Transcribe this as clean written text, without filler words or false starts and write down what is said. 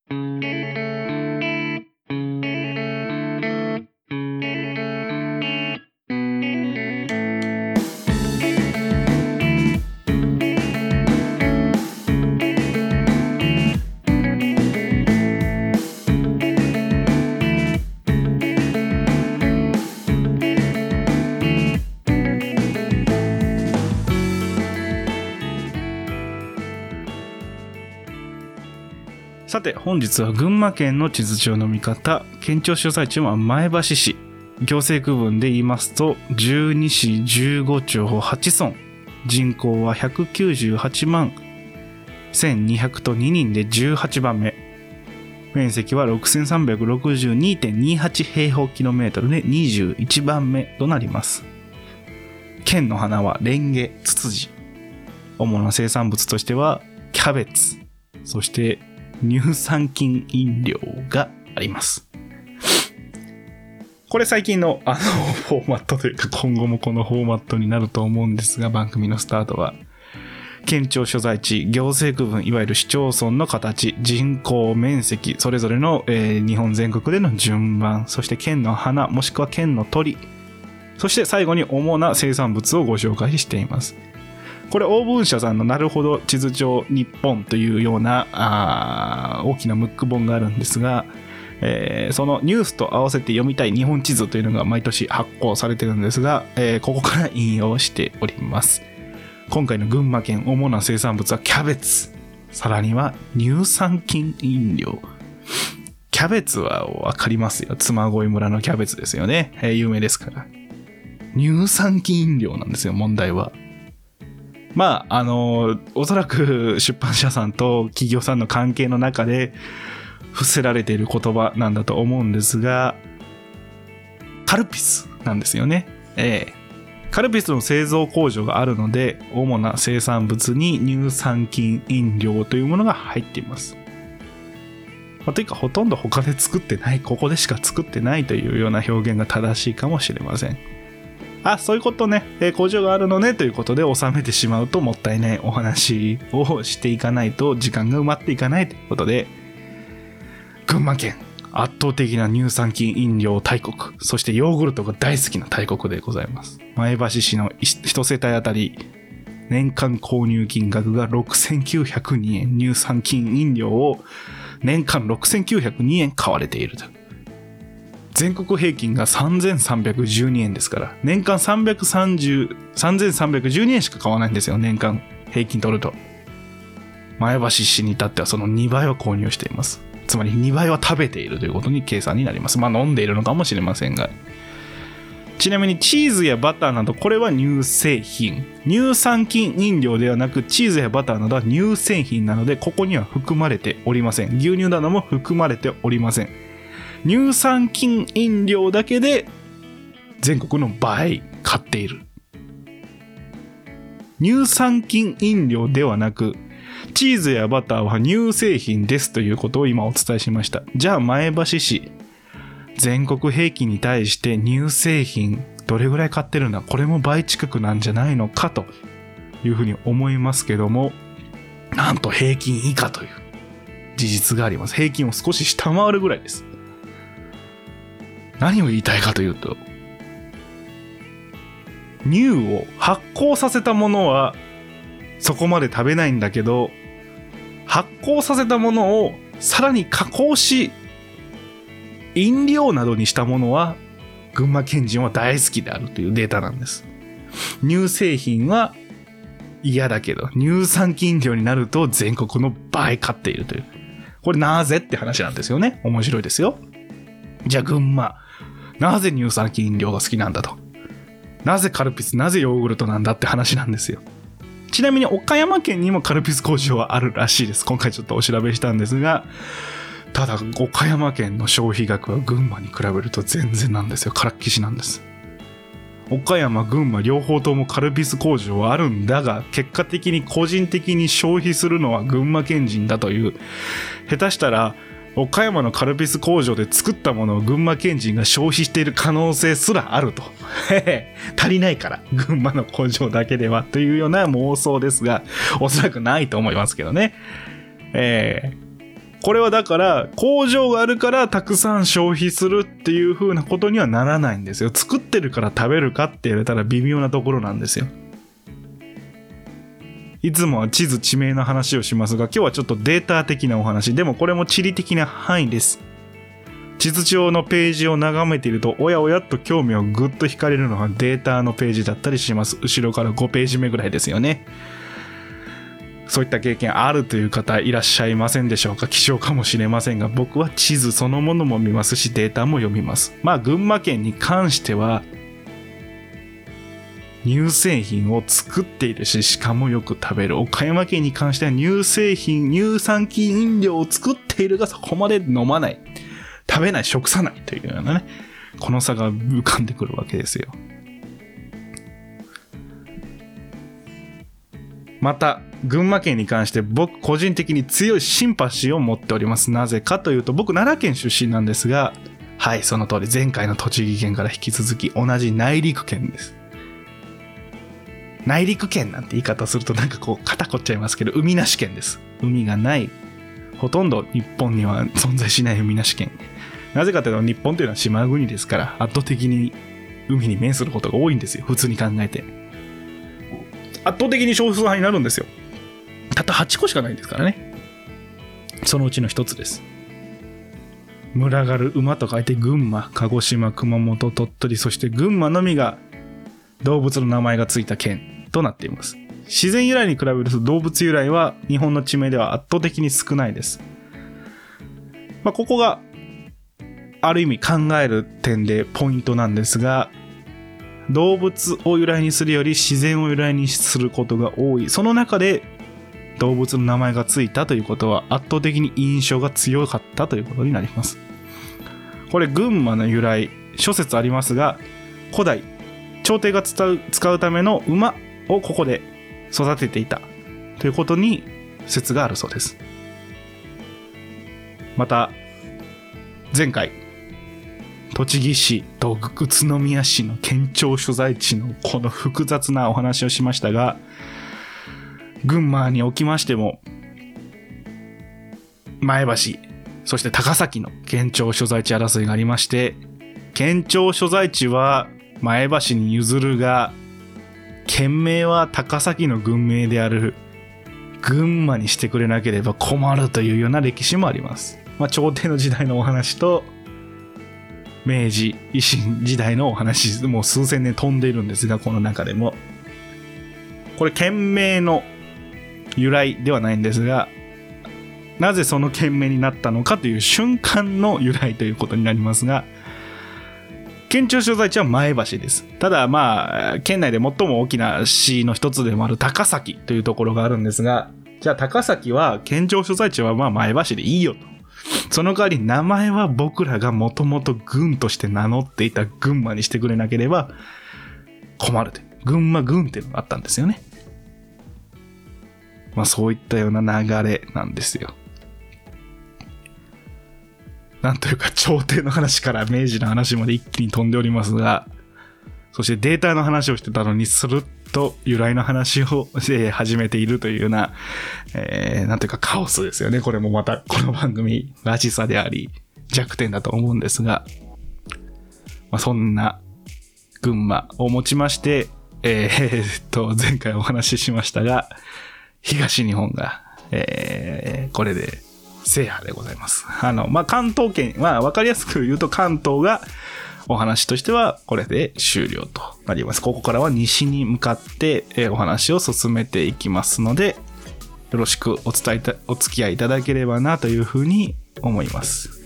さて本日は群馬県の地図上の見方、県庁所在地は前橋市、行政区分で言いますと12市15町8村、人口は198万1202人で18番目、面積は 6362.28 平方キロメートルで21番目となります。県の花はレンゲ、ツツジ、主な生産物としてはキャベツ、そして乳酸菌飲料があります。これ最近のフォーマットというか、今後もこのフォーマットになると思うんですが、番組のスタートは県庁所在地、行政区分、いわゆる市町村の形、人口、面積、それぞれの、日本全国での順番、そして県の花もしくは県の鳥、そして最後に主な生産物をご紹介しています。これオーブン社さんのなるほど地図上日本というような大きなムック本があるんですが、そのニュースと合わせて読みたい日本地図というのが毎年発行されてるんですが、ここから引用しております。今回の群馬県主な生産物はキャベツ、さらには乳酸菌飲料。キャベツはわかりますよ。嬬恋村のキャベツですよね、有名ですから。乳酸菌飲料なんですよ、問題は。まあ、おそらく出版社さんと企業さんの関係の中で伏せられている言葉なんだと思うんですが、カルピスなんですよね。カルピスの製造工場があるので、主な生産物に乳酸菌飲料というものが入っています。というか、ほとんど他で作ってない、ここでしか作ってないというような表現が正しいかもしれません。そういうことね、工場があるのねということで収めてしまうともったいないお話をしていかないと時間が埋まっていかないということで、群馬県圧倒的な乳酸菌飲料大国、そしてヨーグルトが大好きな大国でございます。前橋市の一世帯あたり年間購入金額が6902円、乳酸菌飲料を年間6902円買われていると。全国平均が3312円ですから、年間3312円しか買わないんですよ。年間平均取ると。前橋市に至ってはその2倍は購入しています。つまり2倍は食べているということに計算になります。まあ飲んでいるのかもしれませんが。ちなみにチーズやバターなど、これは乳製品。乳酸菌飲料ではなく、チーズやバターなどは乳製品なので、ここには含まれておりません。牛乳なども含まれておりません。乳酸菌飲料だけで全国の倍買っている。乳酸菌飲料ではなく、チーズやバターは乳製品ですということを今お伝えしました。じゃあ前橋市、全国平均に対して乳製品どれぐらい買ってるんだ、これも倍近くなんじゃないのかというふうに思いますけども、なんと平均以下という事実があります。平均を少し下回るぐらいです。何を言いたいかというと、乳を発酵させたものはそこまで食べないんだけど、発酵させたものをさらに加工し飲料などにしたものは群馬県人は大好きであるというデータなんです。乳製品は嫌だけど、乳酸菌飲料になると全国の倍買っているという。これなぜって話なんですよね。面白いですよ。じゃあ群馬、なぜ乳酸菌飲料が好きなんだと。なぜカルピス、なぜヨーグルトなんだって話なんですよ。ちなみに岡山県にもカルピス工場はあるらしいです。今回ちょっとお調べしたんですが、ただ岡山県の消費額は群馬に比べると全然なんですよ。からっきしなんです。岡山、群馬両方ともカルピス工場はあるんだが、結果的に個人的に消費するのは群馬県人だという、下手したら岡山のカルピス工場で作ったものを群馬県人が消費している可能性すらあると。足りないから、群馬の工場だけではというような妄想ですが、おそらくないと思いますけどね。 これはだから工場があるからたくさん消費するっていう風なことにはならないんですよ。作ってるから食べるかって言われたら微妙なところなんですよ。いつもは地図地名の話をしますが、今日はちょっとデータ的なお話。でもこれも地理的な範囲です。地図上のページを眺めていると、おやおやっと興味をぐっと惹かれるのがデータのページだったりします。後ろから5ページ目ぐらいですよね。そういった経験あるという方いらっしゃいませんでしょうか。希少かもしれませんが、僕は地図そのものも見ますし、データも読みます。まあ群馬県に関しては乳製品を作っているし、しかもよく食べる。岡山県に関しては乳製品、乳酸菌飲料を作っているがそこまで飲まない、食べない、食さないというようなね、この差が浮かんでくるわけですよ。また群馬県に関して僕個人的に強いシンパシーを持っております。なぜかというと、僕奈良県出身なんですが、はい、その通り、前回の栃木県から引き続き同じ内陸県です。内陸県なんて言い方するとなんかこう肩こっちゃいますけど、海なし県です。海がない、ほとんど日本には存在しない海なし県。なぜかというと、日本というのは島国ですから、圧倒的に海に面することが多いんですよ。普通に考えて圧倒的に少数派になるんですよ。たった8個しかないんですからね。そのうちの一つです。群がる馬と書いて群馬、鹿児島、熊本、鳥取、そして群馬のみが動物の名前がついた県となっています。自然由来に比べると動物由来は日本の地名では圧倒的に少ないです。ここがある意味考える点でポイントなんですが、動物を由来にするより自然を由来にすることが多い。その中で動物の名前がついたということは圧倒的に印象が強かったということになります。これ群馬の由来、諸説ありますが、古代朝廷が使うための馬をここで育てていたということに説があるそうです。また前回栃木市と宇都宮市の県庁所在地のこの複雑なお話をしましたが、群馬におきましても前橋、そして高崎の県庁所在地争いがありまして、県庁所在地は前橋に譲るが、県名は高崎の郡名である群馬にしてくれなければ困るというような歴史もあります。朝廷の時代のお話と明治維新時代のお話、もう数千年飛んでいるんですが、この中でもこれ県名の由来ではないんですが、なぜその県名になったのかという瞬間の由来ということになりますが、県庁所在地は前橋です。ただ県内で最も大きな市の一つでもある高崎というところがあるんですが、じゃあ高崎は県庁所在地は前橋でいいよと。その代わり名前は僕らがもともと郡として名乗っていた群馬にしてくれなければ困ると。群馬郡っていうのがあったんですよね。そういったような流れなんですよ。なんというか朝廷の話から明治の話まで一気に飛んでおりますが、そしてデータの話をしてたのにスルッと由来の話を始めているというような、なんというかカオスですよね。これもまたこの番組らしさであり弱点だと思うんですが、そんな群馬をもちまして、前回お話ししましたが、東日本が、これで制覇でございます。関東圏は分かりやすく言うと関東がお話としてはこれで終了となります。ここからは西に向かって、お話を進めていきますので、よろしくお付き合いいただければなというふうに思います。